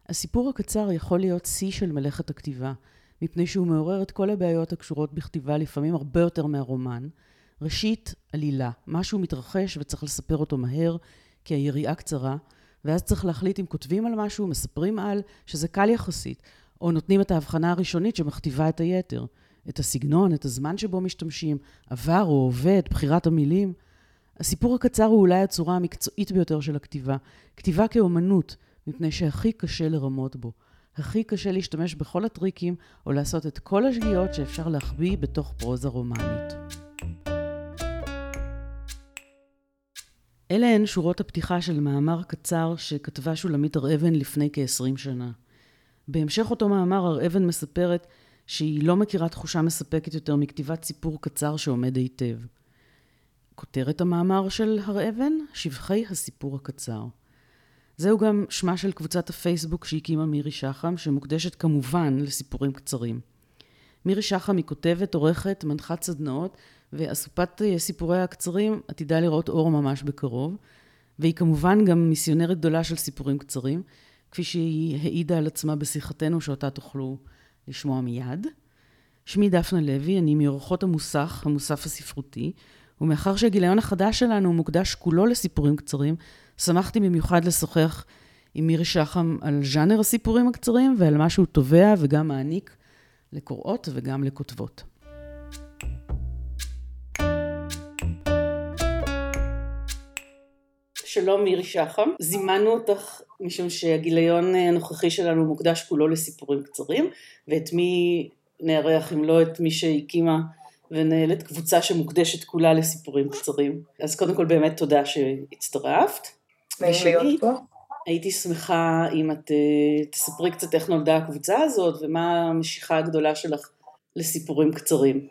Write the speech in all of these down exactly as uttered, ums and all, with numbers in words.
הסיפור הקצר יכול להיות שיא של מלאכת הכתיבה, מפני שהוא מעורר את כל הבעיות הקשורות בכתיבה לפעמים הרבה יותר מהרומן. ראשית, עלילה, משהו מתרחש וצריך לספר אותו מהר, כי היריעה קצרה, ואז צריך להחליט אם כותבים על משהו, מספרים על, שזה קל יחסית, או נותנים את ההבחנה הראשונית שמכתיבה את היתר, את הסגנון, את הזמן שבו משתמשים, עבר או הווה, את בחירת המילים. הסיפור הקצר הוא אולי הצורה המקצועית ביותר של הכתיבה, כתיבה כאומנות, מפני שהכי קשה לרמות בו. הכי קשה להשתמש בכל הטריקים או לעשות את כל השגיאות שאפשר להחביא בתוך פרוזה רומנית. אלה הן שורות הפתיחה של מאמר קצר שכתבה שולמית הר-אבן לפני כ-עשרים שנה. בהמשך אותו מאמר הר-אבן מספרת שהיא לא מכירה תחושה מספקת יותר מכתיבת סיפור קצר שעומד היטב. כותרת המאמר של הר-אבן, שבחי הסיפור הקצר. זהו גם שמה של קבוצת הפייסבוק שהקימה מירי שחם, שמוקדשת כמובן לסיפורים קצרים. מירי שחם היא כותבת, עורכת, מנחת סדנאות, ואסופת סיפוריה הקצרים עתידה לראות אור ממש בקרוב, והיא כמובן גם מיסיונרית גדולה של סיפורים קצרים, כפי שהיא העידה על עצמה בשיחתנו שאותה תוכלו לשמוע מיד. שמי דפנה לוי, אני מעורכות המוסך, המוסף הספרותי, ומאחר שהגיליון החדש שלנו מוקדש כולו לסיפורים קצרים, שמחתי במיוחד לשוחח עם מירי שחם על ז'אנר הסיפורים הקצרים ועל מה שהוא תובע וגם מעניק לקוראות וגם לכותבות. שלום מירי שחם, זימנו אותך משום שהגיליון הנוכחי שלנו מוקדש כולו לסיפורים קצרים, ואת מי נערך אם לא את מי שהקימה ונהלת קבוצה שמוקדשת כולה לסיפורים קצרים. אז קודם כל באמת תודה שהצטרפת. ושנית, הייתי שמחה אם את תספרי קצת איך נולדה הקבוצה הזאת ומה המשיכה הגדולה שלך לסיפורים קצרים.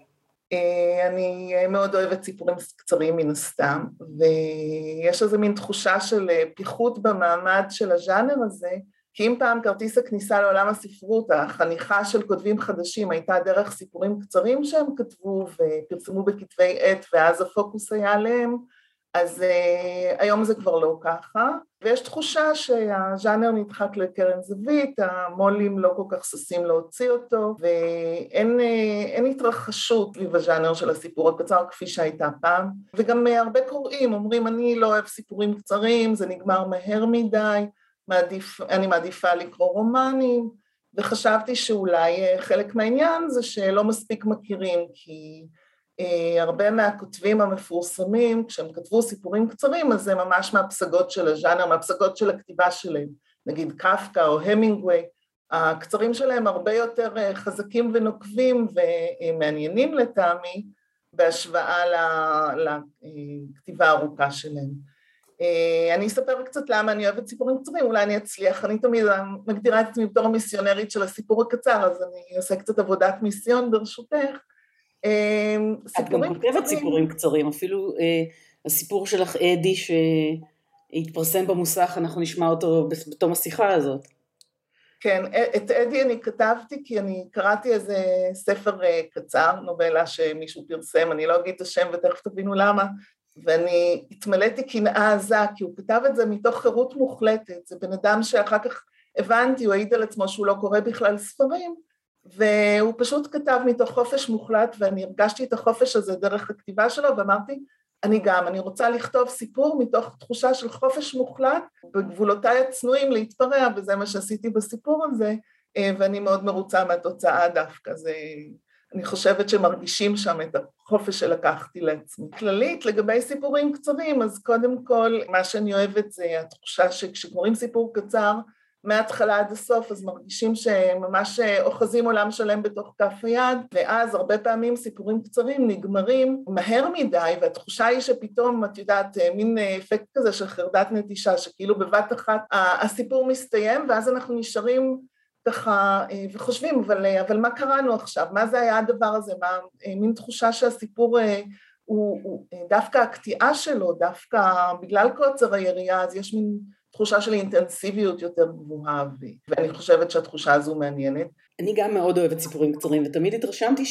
אני מאוד אוהבת סיפורים קצרים מן הסתם, ויש איזה מין תחושה של פיחות במעמד של הז'אנר הזה, כי אם פעם כרטיס הכניסה לעולם הספרות, החניכה של כותבים חדשים הייתה דרך סיפורים קצרים שהם כתבו ופרסמו בכתבי עת, ואז הפוקוס היה עליהם, אז uh, היום זה כבר לא ככה, ויש תחושה שהז'אנר נדחק לקרן זווית, המולים לא כל כך ששים להוציא אותו, ואין אין התרחשות בז'אנר של הסיפור הקצר כפי שהייתה פעם, וגם הרבה קוראים אומרים אני לא אוהב סיפורים קצרים, זה נגמר מהר מדי, מעדיף, אני מעדיפה לקרוא רומנים, וחשבתי שאולי חלק מהעניין זה שלא מספיק מכירים, כי הרבה מהכותבים המפורסמים, כשהם כתבו סיפורים קצרים, אז זה ממש מהפסגות של הז'אנר, מהפסגות של הכתיבה שלהם, נגיד קפקא או המינגווי, הקצרים שלהם הרבה יותר חזקים ונוקבים ומעניינים לטעמי, בהשוואה לכתיבה הארוכה שלהם. אני אספר קצת למה אני אוהבת סיפורים קצרים, אולי אני אצליח, אני תמיד מגדירה את עצמי בתור המיסיונרית של הסיפור הקצר, אז אני אעשה קצת עבודת מיסיון ברשותך. את גם כותבת סיפורים קצרים, אפילו הסיפור שלך אדי שהתפרסם במוסך, אנחנו נשמע אותו בתום השיחה הזאת. כן, את אדי אני כתבתי כי אני קראתי איזה ספר קצר, נובלה שמישהו פרסם, אני לא אגיד את השם ותכף תבינו למה, ואני התמלאתי קנאה עזה, כי הוא כתב את זה מתוך חירות מוחלטת, זה בן אדם שאחר כך הבנתי, הוא העיד על עצמו שהוא לא קורא בכלל ספרים, והוא פשוט כתב מתוך חופש מוחלט, ואני הרגשתי את החופש הזה דרך הכתיבה שלו, ואמרתי, אני גם, אני רוצה לכתוב סיפור מתוך תחושה של חופש מוחלט, בגבולותיי הצנועים להתפרע, וזה מה שעשיתי בסיפור הזה, ואני מאוד מרוצה מהתוצאה דווקא, זה... אני חושבת שמרגישים שם את החופש שלקחתי לעצמי. כללית, לגבי סיפורים קצרים, אז קודם כל, מה שאני אוהבת זה התחושה שכשקוראים סיפור קצר, מההתחלה עד הסוף, אז מרגישים שממש אוחזים עולם שלם בתוך כף היד, ואז הרבה פעמים סיפורים קצרים נגמרים מהר מדי, והתחושה היא שפתאום, את יודעת, מין אפקט כזה של חרדת נטישה, שכאילו בבת אחת הסיפור מסתיים, ואז אנחנו נשארים ככה וחושבים, אבל, אבל מה קראנו עכשיו? מה זה היה הדבר הזה? מה, מין תחושה שהסיפור הוא, הוא דווקא הקטיעה שלו, דווקא בגלל קוצר היריעה, אז יש מין תחושה של אינטנסיביות יותר גבוהה, ואני חושבת שהתחושה הזו מעניינת. אני גם מאוד אוהבת סיפורים קצרים, ותמיד התרשמתי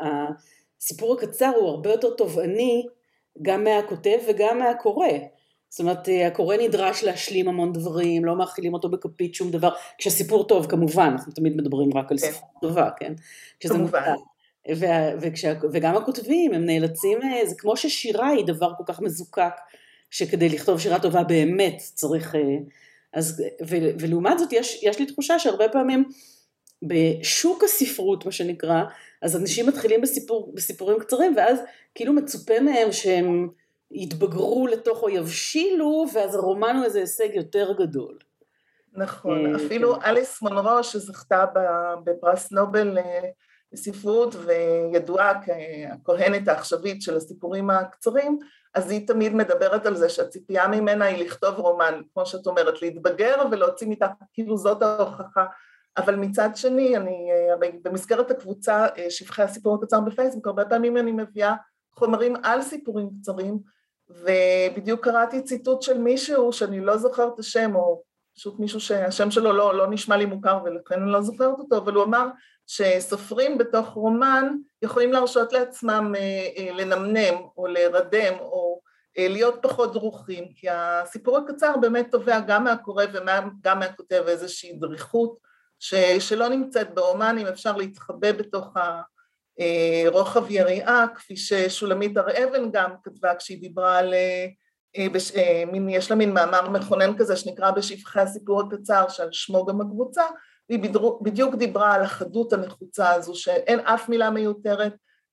שהסיפור הקצר הוא הרבה יותר תובעני, גם מהכותב וגם מהקורא. זאת אומרת, הקורא נדרש להשלים המון דברים, לא מאכילים אותו בכפית שום דבר, כשסיפור טוב כמובן, אנחנו תמיד מדברים רק על סיפור טובה, כן? כמובן. וגם הכותבים, הם נאלצים, זה כמו ששירה היא דבר כל כך מזוקק, שכדי לכתוב שירה טובה באמת צריך, אז, ולעומת זאת יש, יש לי תחושה שהרבה פעמים בשוק הספרות, מה שנקרא, אז אנשים מתחילים בסיפור, בסיפורים קצרים, ואז כאילו מצופה מהם שהם יתבגרו לתוך או יבשילו, ואז הרומן הוא איזה הישג יותר גדול. נכון, אפילו אליס מונרו שזכתה בפרס נובל לספרות, וידועה ככהנת העכשווית של הסיפורים הקצרים, אז היא תמיד מדברת על זה שהציפייה ממנה היא לכתוב רומן, כמו שאת אומרת, להתבגר ולהוציא מתחת, כאילו זאת ההוכחה. אבל מצד שני, אני במסגרת הקבוצה שבחי הסיפור הקצר בפייסבוק, הרבה פעמים אני מביאה חומרים על סיפורים קצרים, ובדיוק קראתי ציטוט של מישהו שאני לא זוכרת את השם, או פשוט מישהו שהשם שלו לא, לא נשמע לי מוכר ולכן אני לא זוכרת אותו, אבל הוא אמר שסופרים בתוך רומן יכולים להרשות לעצמם לנמנם או לרדם או להיות פחות דרוכים, כי הסיפור הקצר באמת תובע גם מהקורא וגם מהכותב איזושהי דריכות שלא נמצאת ברומן, אם אפשר להתחבא בתוך הרוחב יריעה, כפי ששולמית הר אבן גם כתבה כשהיא דיברה על, יש לה מין מאמר מכונן כזה שנקרא בשבחי הסיפור הקצר, שעל שמו גם הקבוצה, והיא בדיוק דיברה על החדות הנחוצה הזו, שאין אף מילה מיותרת,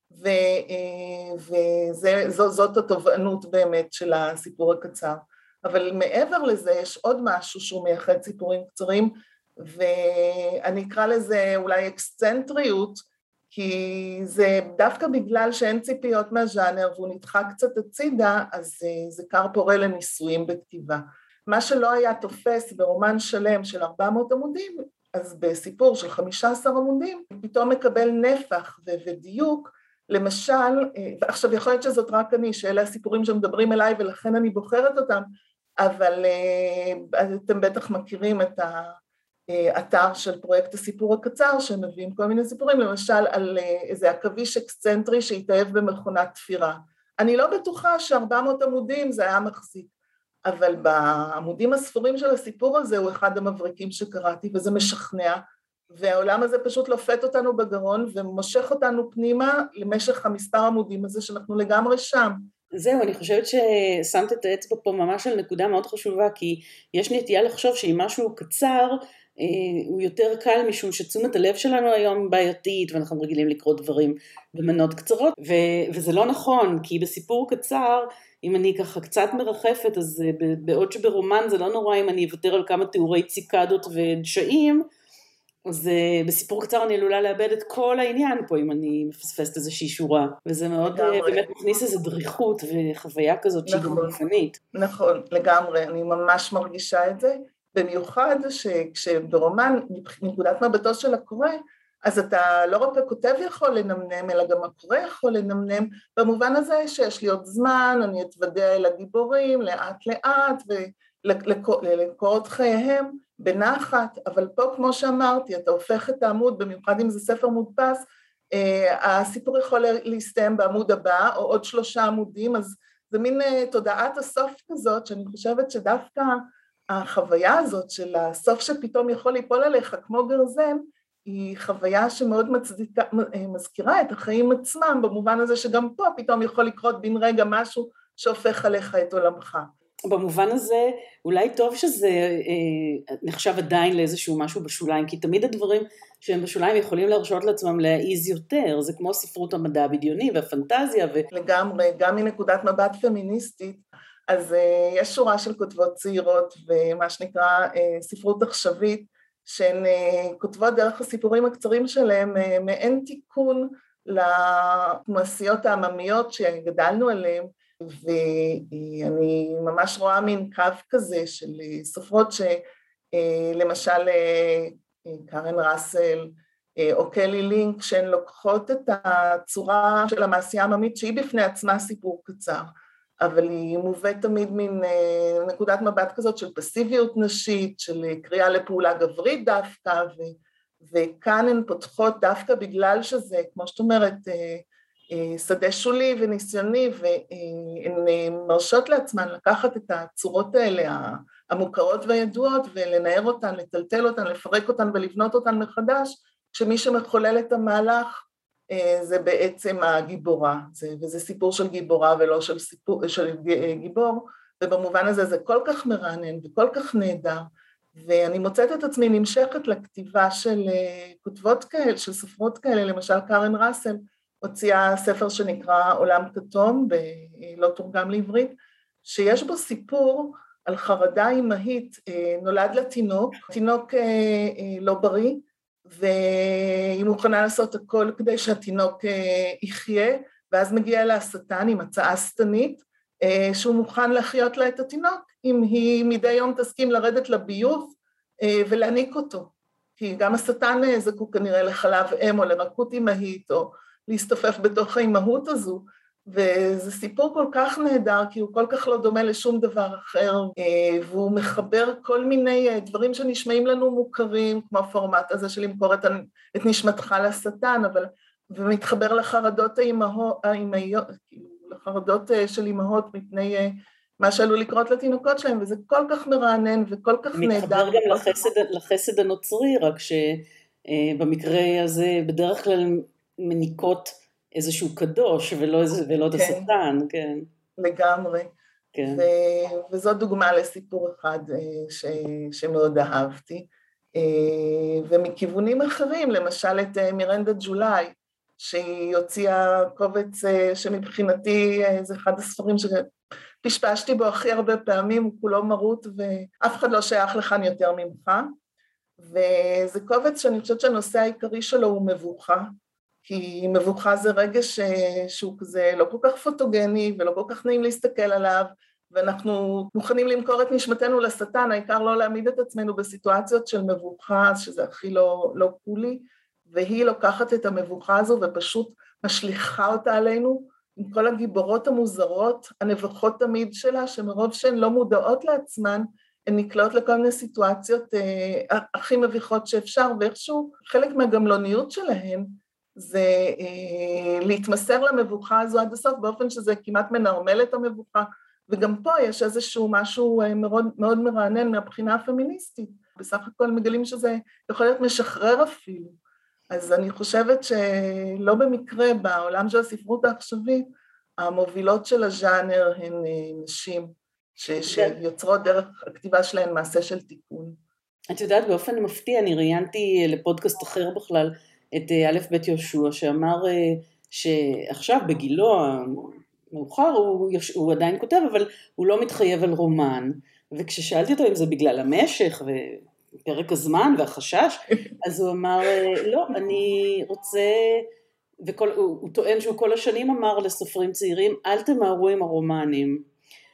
וזאת התובענות באמת של הסיפור הקצר. אבל מעבר לזה יש עוד משהו שהוא מייחד סיפורים קצרים, ואני אקרא לזה אולי אקסצנטריות, כי זה דווקא בגלל שאין ציפיות מהז'אנר והוא נדחק קצת הצידה, אז זה כר פורה לניסויים בכתיבה. מה שלא היה תופס ברומן שלם של ארבע מאות עמודים, אז בסיפור של חמישה עשר עמודים, פתאום מקבל נפח ודיוק, למשל, ועכשיו יכול להיות שזאת רק אני, שאלה הסיפורים שמדברים אליי ולכן אני בוחרת אותם, אבל אתם בטח מכירים את ה... אתר של פרויקט הסיפור הקצר, שמביאים כל מיני סיפורים, למשל על איזה עכביש אקסצנטרי שהתאהב במכונת תפירה. אני לא בטוחה ש-ארבע מאות עמודים זה היה מחזיק, אבל בעמודים הספורים של הסיפור הזה הוא אחד המבריקים שקראתי, וזה משכנע, והעולם הזה פשוט לופת אותנו בגרון, ומושך אותנו פנימה למשך המספר עמודים הזה, שאנחנו לגמרי שם. זהו, אני חושבת ששמת את האצבע פה ממש על נקודה מאוד חשובה, כי יש נטייה לחשוב שאם משהו קצר, הוא יותר קל משום שתשומת הלב שלנו היום בעייתית, ואנחנו רגילים לקרוא דברים במנות קצרות, ו- וזה לא נכון, כי בסיפור קצר, אם אני ככה קצת מרחפת, אז בעוד שברומן זה לא נורא אם אני אוותר על כמה תיאורי ציקדות ודשאים, אז בסיפור קצר אני עלולה לאבד את כל העניין פה, אם אני מפספסת איזושהי שורה, וזה מאוד לגמרי. באמת מכניס איזו דריכות וחוויה כזאת שהיא גם גופנית. נכון, לגמרי, אני ממש מרגישה את זה, במיוחד שכשברומן, מנקודת מבטו של הקורא, אז אתה לא רק הכותב יכול לנמנם, אלא גם הקורא יכול לנמנם, במובן הזה שיש לי עוד זמן, אני אתוודע אל הגיבורים לאט לאט, ולקרוא את חייהם בנחת, אבל פה כמו שאמרתי, אתה הופך את העמוד, במיוחד אם זה ספר מודפס, הסיפור יכול להסתיים בעמוד הבא, או עוד שלושה עמודים, אז זה מין תודעת הסוף כזאת, שאני חושבת שדווקא החוויה הזאת של הסוף שפתאום יכול ליפול עליך כמו גרזן, היא חוויה שמאוד מצדיקה, מזכירה את החיים עצמם, במובן הזה שגם פה פתאום יכול לקרות בן רגע משהו שהופך עליך את עולמך. במובן הזה, אולי טוב שזה אה, נחשב עדיין לאיזשהו משהו בשוליים, כי תמיד הדברים שהם בשוליים יכולים להרשות לעצמם להעיז יותר, זה כמו ספרות המדע הבדיוני והפנטזיה. ו... לגמרי, גם מנקודת מבט פמיניסטית, אז אה, יש שורה של כותבות צעירות, ומה שנקרא אה, ספרות עכשווית, שהן אה, כותבות דרך הסיפורים הקצרים שלהם, אה, מעין תיקון למעשיות העממיות שגדלנו עליהן, ואני ממש רואה מין קו כזה של סופרות שלמשל קארן ראסל או קלי לינק, שהן לוקחות את הצורה של המעשייה העממית שהיא בפני עצמה סיפור קצר, אבל היא מובאת תמיד מין נקודת מבט כזאת של פסיביות נשית, של קריאה לפעולה גברית דווקא, וכאן הן פותחות דווקא בגלל שזה, כמו שאת אומרת, שדה שולי וניסיוני הן מרשות לעצמן לקחת את הצורות האלה, המוכרות והידועות, ולנער אותן, לטלטל אותן, לפרק אותן ולבנות אותן מחדש, כשמי שמחולל את המהלך זה בעצם הגיבורה, זה, וזה סיפור של גיבורה ולא של, סיפור, של גיבור, ובמובן הזה זה כל כך מרענן וכל כך נהדר, ואני מוצאת את עצמי נמשכת לכתיבה של כותבות כאלה, של סופרות כאלה, למשל קארן ראסל, הוציאה ספר שנקרא עולם כתום, ולא תורגם לעברית, שיש בו סיפור על חרדה אימהית, נולד לה תינוק, תינוק לא בריא, והיא מוכנה לעשות הכל כדי שהתינוק יחיה, ואז מגיע לה השטן עם הצעה שטנית, שהוא מוכן להחיות לה את התינוק, אם היא מדי יום תסכים לרדת לביוב ולהניק אותו, כי גם השטן זקוק כנראה לחלב אם או לרכות אימהית, או להסתופף בתוך האימהות הזו, וזה סיפור כל כך נהדר, כי הוא כל כך לא דומה לשום דבר אחר, והוא מחבר כל מיני דברים שנשמעים לנו מוכרים, כמו הפורמט הזה של למכור את, את נשמתך לשטן, אבל, ומתחבר לחרדות האימהות, האימהיות, לחרדות של אימהות מפני מה שעלול לקרות לתינוקות שלהם, וזה כל כך מרענן וכל כך נהדר. מתחבר גם לחסד, לחסד הנוצרי, רק שבמקרה הזה בדרך כלל מניקות איזשהו קדוש ולא, ולא את השטן, כן. לגמרי. כן. ו, וזו דוגמה לסיפור אחד ש, שמאוד אהבתי. ומכיוונים אחרים, למשל את מירנדה ג'ולי, שהיא הוציאה קובץ שמבחינתי זה אחד הספרים שפשפשתי בו הכי הרבה פעמים, הוא כולו מרות ואף אחד לא שייך לכאן יותר ממך. וזה קובץ שאני חושבת שהנושא העיקרי שלו הוא מבוכה, כי מבוכה זה רגש שהוא כזה לא כל כך פוטוגני ולא כל כך נעים להסתכל עליו, ואנחנו מוכנים למכור את נשמתנו לשטן, העיקר לא להעמיד את עצמנו בסיטואציות של מבוכה, שזה הכי לא, לא קולי, והיא לוקחת את המבוכה הזו ופשוט משליחה אותה עלינו, עם כל הגיבורות המוזרות, הנבוכות תמיד שלה, שמרוב שהן לא מודעות לעצמן, הן נקלעות לכל מיני סיטואציות אה, הכי מביכות שאפשר, ואיכשהו חלק מהגמלוניות שלהן, זה אה, להתמסר למבוכה הזו עד הסוף, באופן שזה כמעט מנרמל את המבוכה, וגם פה יש איזשהו משהו אה, מאוד, מאוד מרענן מהבחינה הפמיניסטית, בסך הכל מגלים שזה יכול להיות משחרר אפילו, אז אני חושבת שלא במקרה בעולם של הספרות העכשווית, המובילות של הז'אנר הן אה, נשים, ש, שיוצרות דרך הכתיבה שלהן מעשה של תיקון. את יודעת, באופן מפתיע, אני ראיינתי לפודקאסט אחר בכלל, את א' ב' יהושע, שאמר שעכשיו בגילו המאוחר הוא, הוא עדיין כותב, אבל הוא לא מתחייב על רומן, וכששאלתי אותו אם זה בגלל המשך ופרק הזמן והחשש, אז הוא אמר, לא, אני רוצה, וכל, הוא, הוא טוען שהוא כל השנים אמר לסופרים צעירים, אל תמהרו עם הרומנים,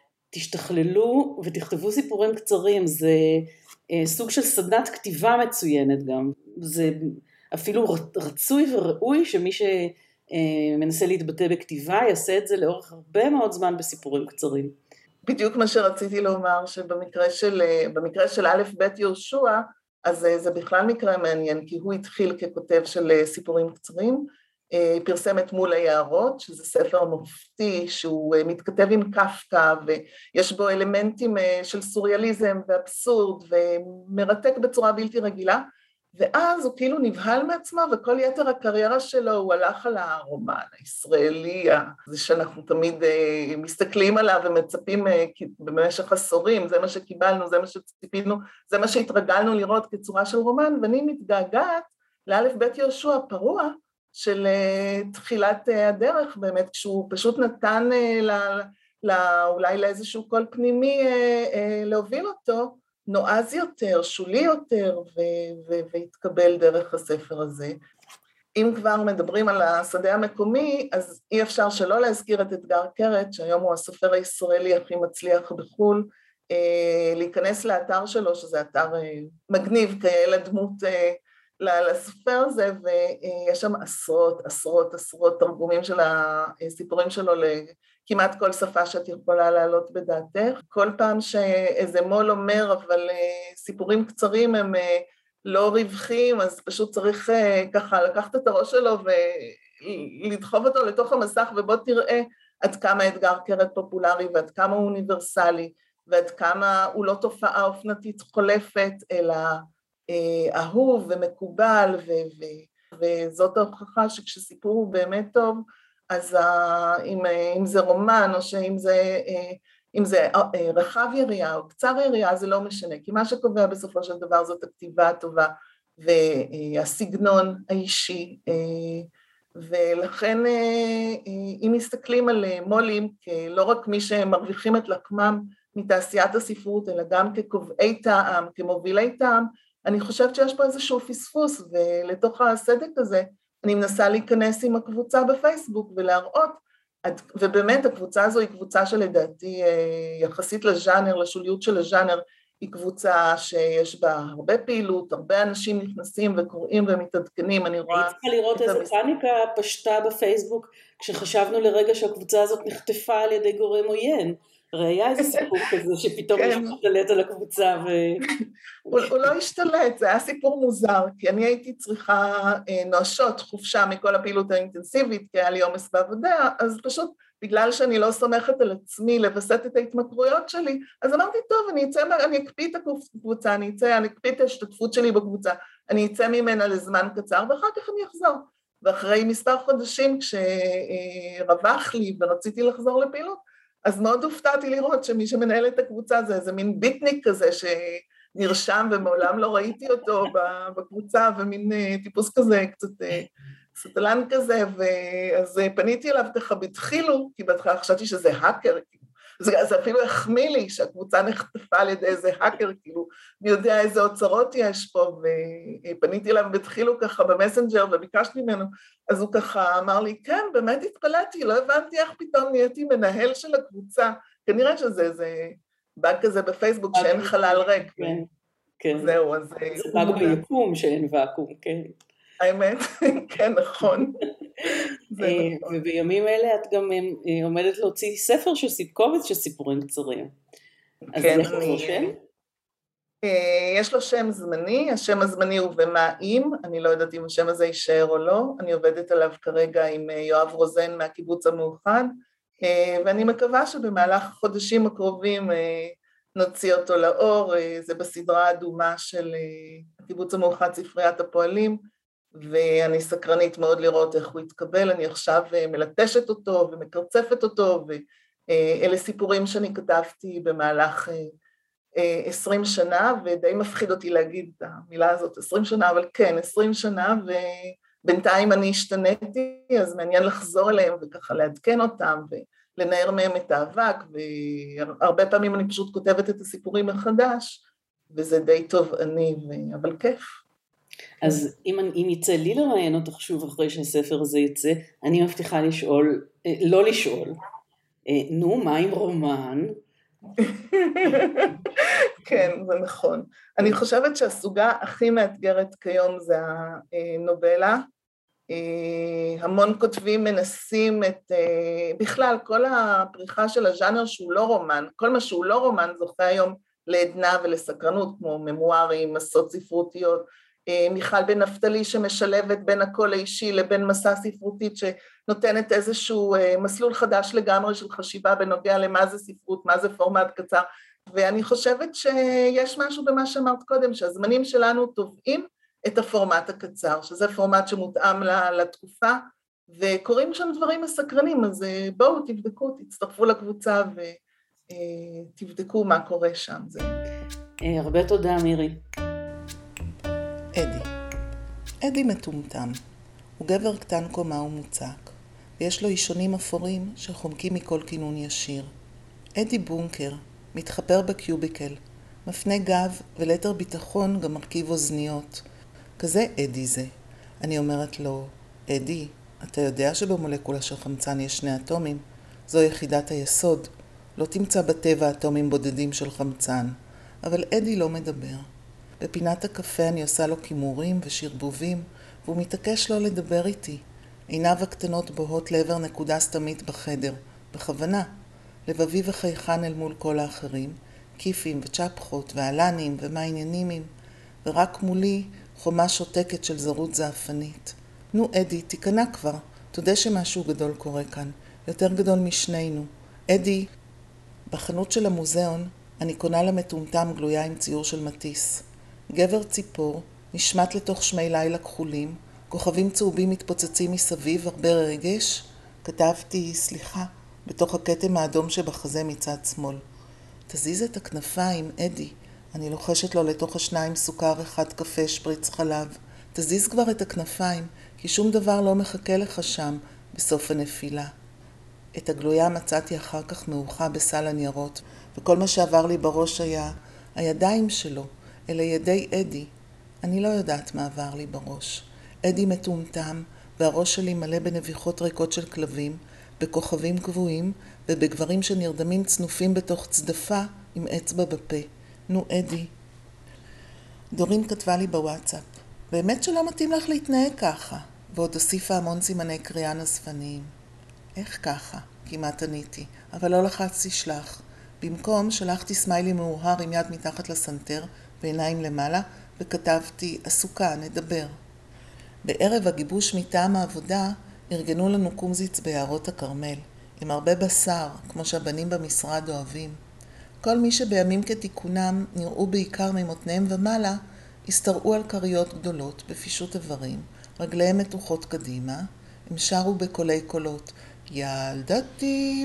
תשתכללו ותכתבו סיפורים קצרים, זה סוג של סדנת כתיבה מצוינת גם, זה אפילו רצוי וראוי שמי שמנסה להתבטא בכתיבה יעשה את זה לאורך הרבה מאוד זמן בסיפורים קצרים. בדיוק מה שרציתי לומר, שבמקרה של, במקרה של א' ב' יהושע, אז זה בכלל מקרה מעניין, כי הוא התחיל ככותב של סיפורים קצרים, פרסם את מול היערות, שזה ספר מופתי, שהוא מתכתב עם קפקא, ויש בו אלמנטים של סוריאליזם ואבסורד, ומרתק בצורה בלתי רגילה, ואז הוא כאילו נבהל מעצמו, וכל יתר הקריירה שלו הוא הלך על הרומן הישראלי, זה שאנחנו תמיד מסתכלים עליו ומצפים במשך עשורים, זה מה שקיבלנו, זה מה שציפינו, זה מה שהתרגלנו לראות כצורה של רומן, ואני מתגעגעת לאלף בית יהושע פרוע, של תחילת הדרך באמת, כשהוא פשוט נתן לה, לה, אולי לאיזשהו קול פנימי להוביל אותו, נועז יותר, שולי יותר, ו- ו- והתקבל דרך הספר הזה. אם כבר מדברים על השדה המקומי, אז אי אפשר שלא להזכיר את אתגר קרת, שהיום הוא הסופר הישראלי הכי מצליח בחו"ל, להיכנס לאתר שלו, שזה אתר מגניב, כאלה דמות לסופר הזה, ויש שם עשרות, עשרות, עשרות תרגומים של הסיפורים שלו לכמעט כל שפה שאת יכולה להעלות בדעתך. כל פעם שאיזה מול אומר, אבל סיפורים קצרים הם לא רווחים, אז פשוט צריך ככה לקחת את הראש שלו ולדחוף אותו לתוך המסך, ובוא תראה עד כמה אתגר קרת פופולרי ועד כמה הוא אוניברסלי, ועד כמה הוא לא תופעה אופנתית חולפת, אלא אה, אהוב ומקובל, ו, ו, וזאת ההוכחה שכשסיפור הוא באמת טוב, אז ה, אם, אם זה רומן או שאם זה, אם זה רחב יריעה או קצר יריעה, זה לא משנה, כי מה שקובע בסופו של דבר זאת הכתיבה הטובה, והסגנון האישי, ולכן אם מסתכלים על מו"לים, לא רק מי שמרוויחים את לקמם מתעשיית הספרות, אלא גם כקובעי טעם, כמובילי טעם, אני חושבת שיש פה איזשהו פספוס, ולתוך הסדק הזה אני מנסה להיכנס עם הקבוצה בפייסבוק ולהראות, ובאמת הקבוצה הזו היא קבוצה שלדעתי יחסית לז'אנר, לשוליות של הז'אנר, היא קבוצה שיש בה הרבה פעילות, הרבה אנשים נכנסים וקוראים ומתעדכנים, אני רואה... היית צריכה לראות איזה המס... פאניקה פשטה בפייסבוק, כשחשבנו לרגע שהקבוצה הזאת נחטפה על ידי גורם עוין, הרי היה איזה סיפור כזה שפתאום יש משתלט על הקבוצה ו... הוא לא השתלט, זה היה סיפור מוזר, כי אני הייתי צריכה נואשות חופשה מכל הפעילות האינטנסיבית, כי היה לי עומס בעבודה, אז פשוט בגלל שאני לא סומכת על עצמי לבסט את ההתמכרויות שלי, אז אמרתי, טוב, אני אצא, אני אקפיא את הקבוצה, אני אצא, אני אקפיא את ההשתתפות שלי בקבוצה, אני אצא ממנה לזמן קצר, ואחר כך אני אחזור. ואחרי מספר חודשים, כשרווח לי ורציתי לחזור לפעילות, אז מאוד הופתעתי לראות שמי שמנהל את הקבוצה זה איזה מין ביטניק כזה שנרשם ומעולם לא ראיתי אותו בקבוצה, ומין טיפוס כזה, קצת סטלן כזה, ואז פניתי אליו ככה בתחילו, כי בהתחלה חשבתי שזה האקר, זה, זה אפילו החמיא לי שהקבוצה נחטפה על ידי איזה האקר, כאילו, מי יודע איזה אוצרות יש פה, ופניתי אליו בתחילו ככה במסנג'ר וביקשתי ממנו, אז הוא ככה אמר לי, כן, באמת התפלאתי, לא הבנתי איך פתאום נהייתי מנהל של הקבוצה, כנראה שזה איזה באג כזה בפייסבוק שאין חלל ריק. כן, כן. זהו, אז... זה באג ביקום שאין ואקום, כן. האמת, כן, נכון. ובימים אלה את גם עומדת להוציא ספר של קובץ של סיפורים קצרים. אז יש לו שם? יש לו שם זמני, השם הזמני הוא ומה אם, אני לא יודעת אם השם הזה יישאר או לא, אני עובדת עליו כרגע עם יואב רוזן מהקיבוץ המאוחד, ואני מקווה שבמהלך החודשים הקרובים נוציא אותו לאור, זה בסדרה האדומה של הקיבוץ המאוחד ספריית הפועלים, ואני סקרנית מאוד לראות איך הוא יתקבל, אני עכשיו מלטשת אותו ומקרצפת אותו, ואלה סיפורים שאני כתבתי במהלך עשרים שנה, ודי מפחיד אותי להגיד את המילה הזאת, עשרים שנה, אבל כן, עשרים שנה, ובינתיים אני השתניתי, אז מעניין לחזור אליהם וככה לעדכן אותם, ולנער מהם את האבק, והרבה פעמים אני פשוט כותבת את הסיפורים מחדש, וזה די טוב אני, אבל כיף. אז אם, אם יצא לי לראיין אותך שוב אחרי שהספר הזה יצא, אני מבטיחה לשאול, לא לשאול, נו, מה עם רומן? כן, זה נכון. אני חושבת שהסוגה הכי מאתגרת כיום זה הנובלה. המון כותבים מנסים את, בכלל, כל הפריחה של הז'אנר שהוא לא רומן, כל מה שהוא לא רומן זוכה היום לעדנה ולסקרנות, כמו ממוארים, מסות ספרותיות, מיכל בן נפתלי שמשלבת בין הקול האישי לבין מסע ספרותית שנותנת איזשהו מסלול חדש לגמרי של חשיבה בנוגע למה זה ספרות, מה זה פורמט קצר, ואני חושבת שיש משהו במה שאמרת קודם, שהזמנים שלנו תובעים את הפורמט הקצר, שזה פורמט שמותאם לתקופה, וקוראים שם דברים מסקרנים, אז בואו תבדקו, תצטרפו לקבוצה ותבדקו מה קורה שם. זה... הרבה תודה מירי. אדי. אדי מטומטם. הוא גבר קטן קומה ומוצק, ויש לו אישונים אפורים שחומקים מכל כינון ישיר. אדי בונקר, מתחפר בקיוביקל, מפנה גב וליתר ביטחון גם מרכיב אוזניות. כזה אדי זה. אני אומרת לו, אדי, אתה יודע שבמולקולה של חמצן יש שני אטומים? זו יחידת היסוד. לא תמצא בטבע אטומים בודדים של חמצן. אבל אדי לא מדבר. בפינת הקפה אני עושה לו כימורים ושרבובים, והוא מתעקש לא לדבר איתי. עיניו הקטנות בוהות לעבר נקודה סתמית בחדר, בכוונה. לבבי וחייכן אל מול כל האחרים, כיפים וצ'פחות ואלנים ומעניינימים, ורק מולי חומה שותקת של זרות זעפנית. נו אדי, תיכנע כבר, תודה שמשהו גדול קורה כאן. יותר גדול משנינו. אדי, בחנות של המוזיאון אני קונה למטומטם גלויה עם ציור של מטיס. גבר ציפור, נשמט לתוך שמי לילה כחולים, כוכבים צהובים מתפוצצים מסביב, הרבה רגש. כתבתי, סליחה, בתוך הכתם האדום שבחזה מצד שמאל. תזיז את הכנפיים, אדי. אני לוחשת לו לתוך השניים סוכר, אחד קפה, שפריץ חלב. תזיז כבר את הכנפיים, כי שום דבר לא מחכה לך שם בסוף הנפילה. את הגלויה מצאתי אחר כך מאוחה בסל הניירות, וכל מה שעבר לי בראש היה הידיים שלו, אלה ידי אדי. אני לא יודעת מה עבר לי בראש. אדי מטומטם, והראש שלי מלא בנביחות ריקות של כלבים, בכוכבים קבועים, ובגברים שנרדמים צנופים בתוך צדפה עם אצבע בפה. נו, אדי. דורין כתבה לי בוואטסאפ, באמת שלא מתאים לך להתנהג ככה, ועוד הוסיפה המון סימני קריאה נזפניים. איך ככה? כמעט עניתי, אבל לא לחצתי שלח. במקום שלחתי סמיילי מאוהר עם יד מתחת לסנטר ועיניים למעלה, וכתבתי, עסוקה, נדבר. בערב הגיבוש מטעם העבודה ארגנו לנו קומזיץ ביערות הכרמל, עם הרבה בשר, כמו שהבנים במשרד אוהבים. כל מי שבימים כתיקונם נראו בעיקר ממותניהם ומעלה, הסתרעו על קריות גדולות בפישוט איברים, רגליהם מתוחות קדימה, הם שרו בקולי קולות, ילדתי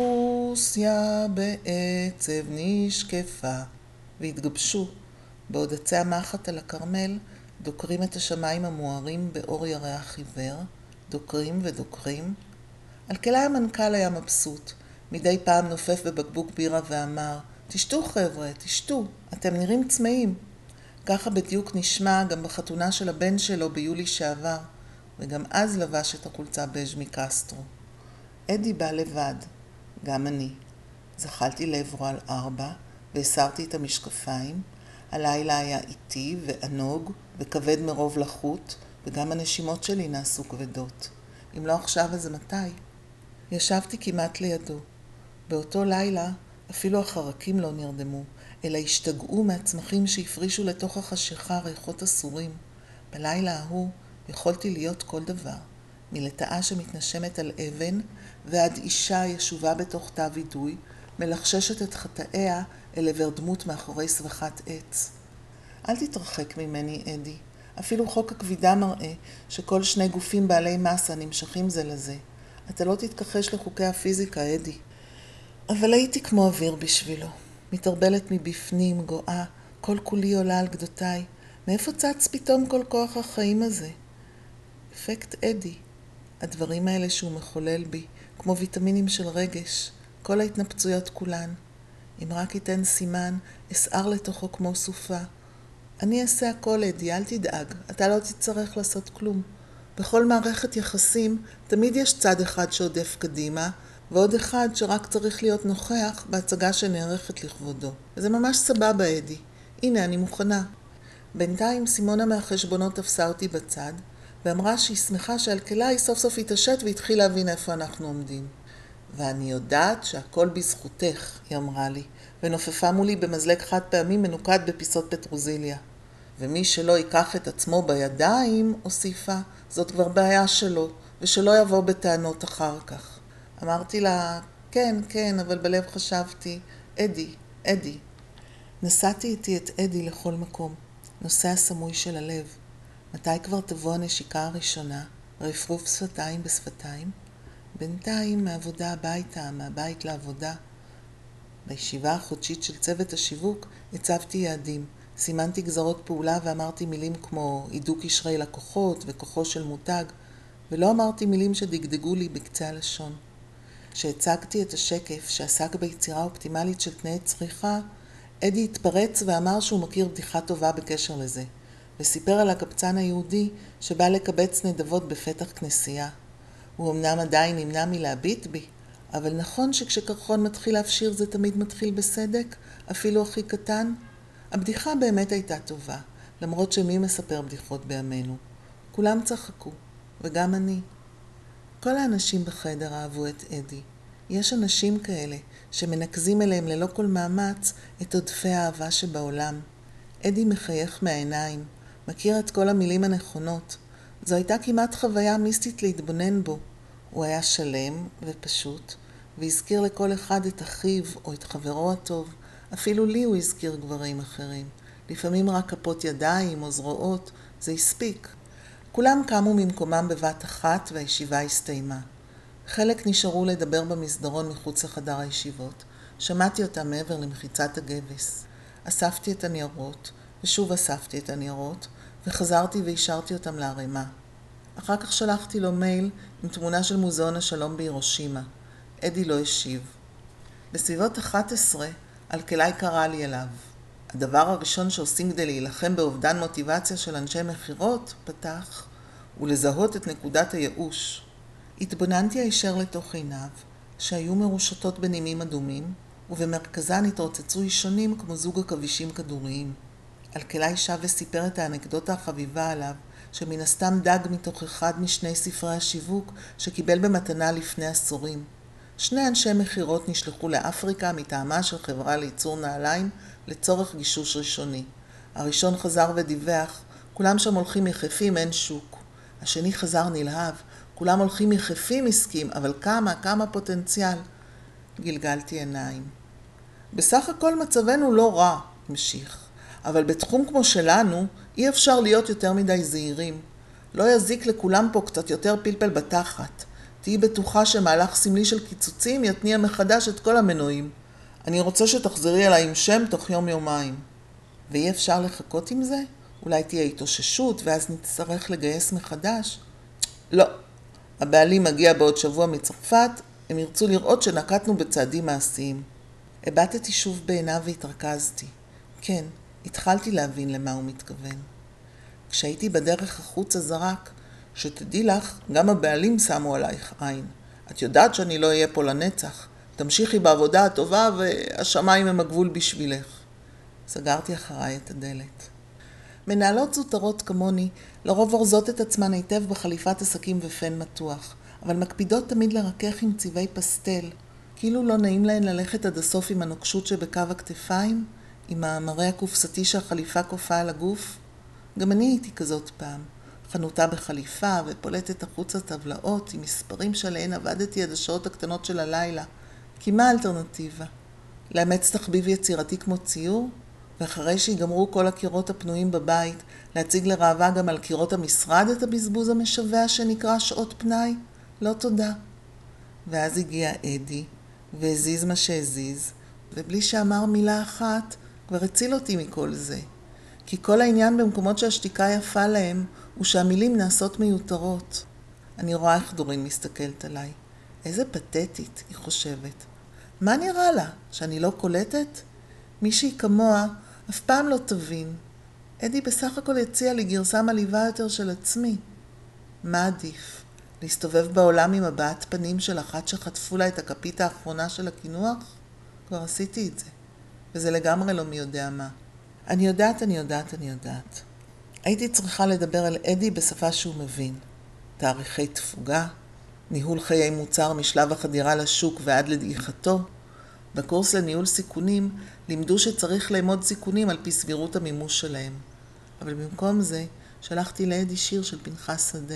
מרוסיה בעצב נשקפה, והתגבשו. בעוד עצי המחט על הכרמל דוקרים את השמיים המוארים באור ירח עיוור, דוקרים ודוקרים. על כלי המנכ"ל היה מבסוט, מדי פעם נופף בבקבוק בירה ואמר, תשתו חבר'ה, תשתו, אתם נראים צמאים. ככה בדיוק נשמע גם בחתונה של הבן שלו ביולי שעבר, וגם אז לבש את החולצה בז' מקסטרו. אדי בא לבד, גם אני. זחלתי לעברו על ארבע, והסרתי את המשקפיים. הלילה היה איטי וענוג וכבד מרוב לחוט, וגם הנשימות שלי נעשו כבדות. אם לא עכשיו, אז מתי? ישבתי כמעט לידו. באותו לילה אפילו החרקים לא נרדמו, אלא השתגעו מהצמחים שהפרישו לתוך החשיכה ריחות אסורים. בלילה ההוא יכולתי להיות כל דבר, מלטאה שמתנשמת על אבן ועד אישה ישובה בתוך תא וידוי, מלחששת את חטאיה אל עבר דמות מאחורי סבכת עץ. אל תתרחק ממני, אדי. אפילו חוק הכבידה מראה שכל שני גופים בעלי מסה נמשכים זה לזה. אתה לא תתכחש לחוקי הפיזיקה, אדי. אבל הייתי כמו אוויר בשבילו. מתרבלת מבפנים, גואה, כל כולי עולה על גדותיי. מאיפה צץ פתאום כל כוח החיים הזה? אפקט אדי. הדברים האלה שהוא מחולל בי, כמו ויטמינים של רגש, כל ההתנפצויות כולן. אם רק ייתן סימן, אסער לתוכו כמו סופה. אני אעשה הכל, אדי, אל תדאג, אתה לא תצטרך לעשות כלום. בכל מערכת יחסים תמיד יש צד אחד שעודף קדימה, ועוד אחד שרק צריך להיות נוכח בהצגה שנערכת לכבודו. וזה ממש סבבה, אדי. הנה, אני מוכנה. בינתיים סימונה מהחשבונות תפסה אותי בצד, ואמרה שהיא שמחה שעל כלי סוף סוף התעשת והתחיל להבין איפה אנחנו עומדים. ואני יודעת שהכל בזכותך, היא אמרה לי, ונופפה מולי במזלג חד פעמי מנוקד בפיסות פטרוזיליה. ומי שלא ייקח את עצמו בידיים, הוסיפה, זאת כבר בעיה שלו, ושלא יבוא בטענות אחר כך. אמרתי לה, כן, כן, אבל בלב חשבתי, אדי, אדי. נסעתי איתי את אדי לכל מקום, נושא הסמוי של הלב. מתי כבר תבוא הנשיקה הראשונה, רפרוף שפתיים בשפתיים? בינתיים מהעבודה הביתה, מהבית לעבודה. בישיבה החודשית של צוות השיווק הצבתי יעדים, סימנתי גזרות פעולה ואמרתי מילים כמו עידוק קשרי לקוחות וכוחו של מותג, ולא אמרתי מילים שדגדגו לי בקצה הלשון. כשהצגתי את השקף שעסק ביצירה אופטימלית של תנאי צריכה, אדי התפרץ ואמר שהוא מכיר בדיחה טובה בקשר לזה, וסיפר על הקבצן היהודי שבא לקבץ נדבות בפתח כנסייה. הוא אמנם עדיין נמנע מלהביט בי, אבל נכון שכשקרחון מתחיל להפשיר זה תמיד מתחיל בסדק, אפילו הכי קטן. הבדיחה באמת הייתה טובה, למרות שמי מספר בדיחות בימינו. כולם צחקו, וגם אני. כל האנשים בחדר אהבו את אדי. יש אנשים כאלה שמנקזים אליהם ללא כל מאמץ את עודפי האהבה שבעולם. אדי מחייך מהעיניים, מכיר את כל המילים הנכונות. זו הייתה כמעט חוויה מיסטית להתבונן בו. הוא היה שלם ופשוט, והזכיר לכל אחד את אחיו או את חברו הטוב. אפילו לי הוא הזכיר גברים אחרים. לפעמים רק כפות ידיים או זרועות, זה הספיק. כולם קמו ממקומם בבת אחת והישיבה הסתיימה. חלק נשארו לדבר במסדרון מחוץ לחדר הישיבות. שמעתי אותם מעבר למחיצת הגבס. אספתי את הניירות, ושוב אספתי את הניירות, וחזרתי והשארתי אותם לערימה. אחר כך שלחתי לו מייל עם תמונה של מוזיאון השלום בהירושימה. אדי לא השיב. בסביבות אחת עשרה, אלקלעי קרא לי אליו. הדבר הראשון שעושים כדי להילחם באובדן מוטיבציה של אנשי מחירות, פתח, ולזהות את נקודת הייאוש. התבוננתי הישר לתוך עיניו, שהיו מרושתות בנימים אדומים, ובמרכזן התרוצצו אישונים כמו זוג עכבישים כדוריים. אלקלעי שב וסיפר את האנקדוטה החביבה עליו, שמן הסתם דג מתוך אחד משני ספרי השיווק שקיבל במתנה לפני עשורים. שני אנשי מחירות נשלחו לאפריקה מטעמה של חברה לייצור נעליים לצורך גישוש ראשוני. הראשון חזר ודיווח, כולם שם הולכים יחפים, אין שוק. השני חזר נלהב, כולם הולכים יחפים עסקים, אבל כמה, כמה פוטנציאל. גלגלתי עיניים. בסך הכל מצבנו לא רע, המשיך. אבל בתחום כמו שלנו, אי אפשר להיות יותר מדי זהירים. לא יזיק לכולם פה קצת יותר פלפל בתחת. תהי בטוחה שמהלך סמלי של קיצוצים יתניע מחדש את כל המנועים. אני רוצה שתחזרי אליי עם שם תוך יום יומיים. ואי אפשר לחכות עם זה? אולי תהיה התאוששות ואז נצטרך לגייס מחדש? לא. הבעלים מגיע בעוד שבוע מצרפת, הם ירצו לראות שנקטנו בצעדים מעשיים. הבטתי שוב בעיניו והתרכזתי. כן, התחלתי להבין למה הוא מתכוון. כשהייתי בדרך החוצה זרק, שתדעי לך, גם הבעלים שמו עלייך עין. את יודעת שאני לא אהיה פה לנצח. תמשיכי בעבודה הטובה והשמיים הם הגבול בשבילך. סגרתי אחריי את הדלת. מנהלות זוטרות כמוני לרוב אורזות את עצמן היטב בחליפת עסקים ופן מתוח, אבל מקפידות תמיד לרכך עם צבעי פסטל, כאילו לא נעים להן ללכת עד הסוף עם הנוקשות שבקו הכתפיים, עם המראה הקופסתי שהחליפה קופה על הגוף. גם אני הייתי כזאת פעם, חנותה בחליפה ופולטת החוצה טבלאות עם מספרים שעליהן עבדתי עד השעות הקטנות של הלילה. כי מה האלטרנטיבה? לאמץ תחביב יצירתי כמו ציור? ואחרי שיגמרו כל הקירות הפנויים בבית, להציג לראווה גם על קירות המשרד את הבזבוז המשווה שנקרא שעות פנאי? לא תודה. ואז הגיע אדי, והזיז מה שהזיז, ובלי שאמר מילה אחת, כבר הציל אותי מכל זה. כי כל העניין במקומות שהשתיקה יפה להם, הוא שהמילים נעשות מיותרות. אני רואה איך דורין מסתכלת עליי. איזה פתטית, היא חושבת. מה נראה לה? שאני לא קולטת? מישהי כמוה אף פעם לא תבין. אדי בסך הכל הציע לי גרסה מלאיבה יותר של עצמי. מה עדיף? להסתובב בעולם עם הבעת פנים של אחת שחטפו לה את הכפית האחרונה של הקינוח? כבר עשיתי את זה. וזה לגמרי לא מי יודע מה. אני יודעת, אני יודעת, אני יודעת. הייתי צריכה לדבר על אדי בשפה שהוא מבין. תאריכי תפוגה, ניהול חיי מוצר משלב החדירה לשוק ועד לדעיכתו. בקורס לניהול סיכונים לימדו שצריך לאמוד סיכונים על פי סבירות המימוש שלהם. אבל במקום זה שלחתי לאדי שיר של פנחס שדה.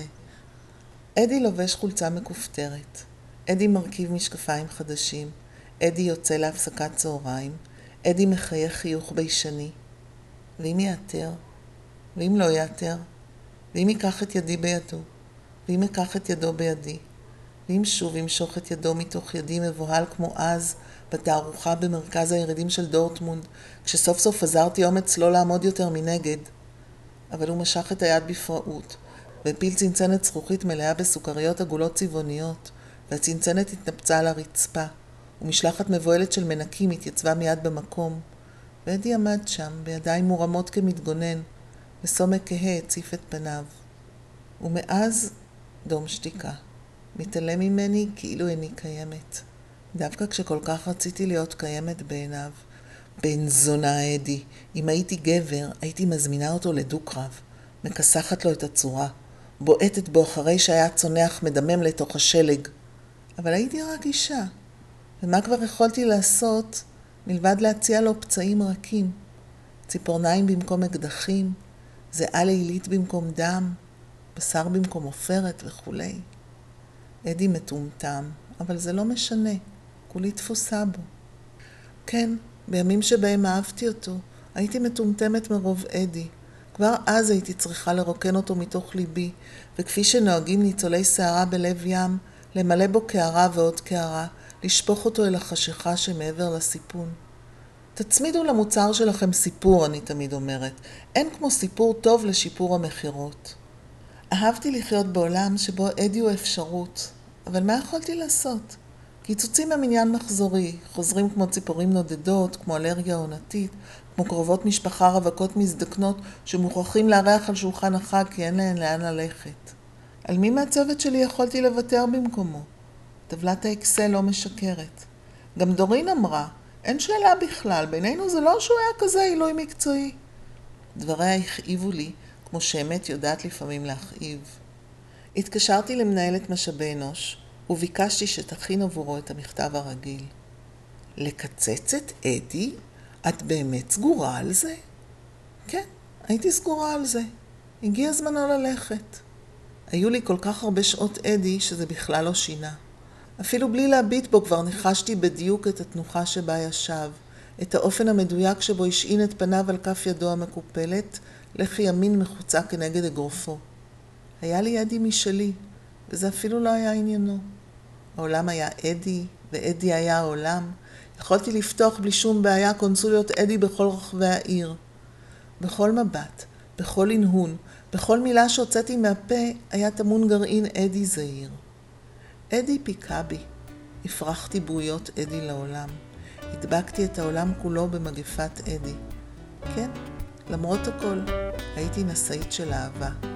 אדי לובש חולצה מכופתרת. אדי מרכיב משקפיים חדשים. אדי יוצא להפסקת צהריים. אדי מחייך חיוך בישני. ואם יאתר? ואם לא יאתר? ואם ייקח את ידי בידו? ואם ייקח את ידו בידי? ואם שוב ימשוך את ידו מתוך ידי מבוהל כמו אז בתערוכה במרכז הירידים של דורטמונד, כשסוף סוף עזרתי אומץ לא לעמוד יותר מנגד. אבל הוא משך את היד בפראות, והפיל צנצנת זכוכית מלאה בסוכריות עגולות צבעוניות, והצנצנת התנפצה על הרצפה, ומשלחת מבועלת של מנקים התייצבה מיד במקום. ואדי עמד שם, בידיים מורמות כמתגונן, וסומק כהה הציף את פניו. ומאז דום שתיקה. מתעלם ממני כאילו איני קיימת. דווקא כשכל כך רציתי להיות קיימת בעיניו. בן זונה אדי, אם הייתי גבר, הייתי מזמינה אותו לדו-קרב, מכסחת לו את הצורה, בועטת בו אחרי שהיה צונח מדמם לתוך השלג. אבל הייתי רק אישה, ומה כבר יכולתי לעשות מלבד להציע לו פצעים רכים, ציפורניים במקום אקדחים, זיעה לילית במקום דם, בשר במקום עופרת וכו'. אדי מטומטם, אבל זה לא משנה, כולי תפוסה בו. כן, בימים שבהם אהבתי אותו, הייתי מטומטמת מרוב אדי. כבר אז הייתי צריכה לרוקן אותו מתוך ליבי, וכפי שנוהגים ניצולי שערה בלב ים, למלא בו קערה ועוד קערה, לשפוך אותו אל החשיכה שמעבר לסיפון. תצמידו למוצר שלכם סיפור, אני תמיד אומרת. אין כמו סיפור טוב לשיפור המחירות. אהבתי לחיות בעולם שבו אדי הוא אפשרות, אבל מה יכולתי לעשות? קיצוצים הם עניין מחזורי, חוזרים כמו ציפורים נודדות, כמו אלרגיה עונתית, כמו קרובות משפחה רווקות מזדקנות שמוכרחים לארח על שולחן החג כי אין להן לאן ללכת. על מי מהצוות שלי יכולתי לוותר במקומו? טבלת האקסל לא משקרת. גם דורין אמרה, אין שאלה בכלל, בינינו זה לא שהוא היה כזה עילוי מקצועי. דבריה הכאיבו לי, כמו שאמת יודעת לפעמים להכאיב. התקשרתי למנהלת משאבי אנוש, וביקשתי שתכין עבורו את המכתב הרגיל. לקצץ את אדי? את באמת סגורה על זה? כן, הייתי סגורה על זה. הגיע זמנו ללכת. היו לי כל כך הרבה שעות אדי שזה בכלל לא שינה. אפילו בלי להביט בו כבר ניחשתי בדיוק את התנוחה שבה ישב, את האופן המדויק שבו השעין את פניו על כף ידו המקופלת, לחי ימין מחוצה כנגד אגרופו. היה לי אדי משלי, וזה אפילו לא היה עניינו. העולם היה אדי, ואדי היה העולם. יכולתי לפתוח בלי שום בעיה קונסוליות אדי בכל רחבי העיר. בכל מבט, בכל הנהון, בכל מילה שהוצאתי מהפה, היה טמון גרעין אדי זהיר. אדי פיקה בי. הפרחתי בויות אדי לעולם. הדבקתי את העולם כולו במגפת אדי. כן, למרות הכל, הייתי נשאית של אהבה.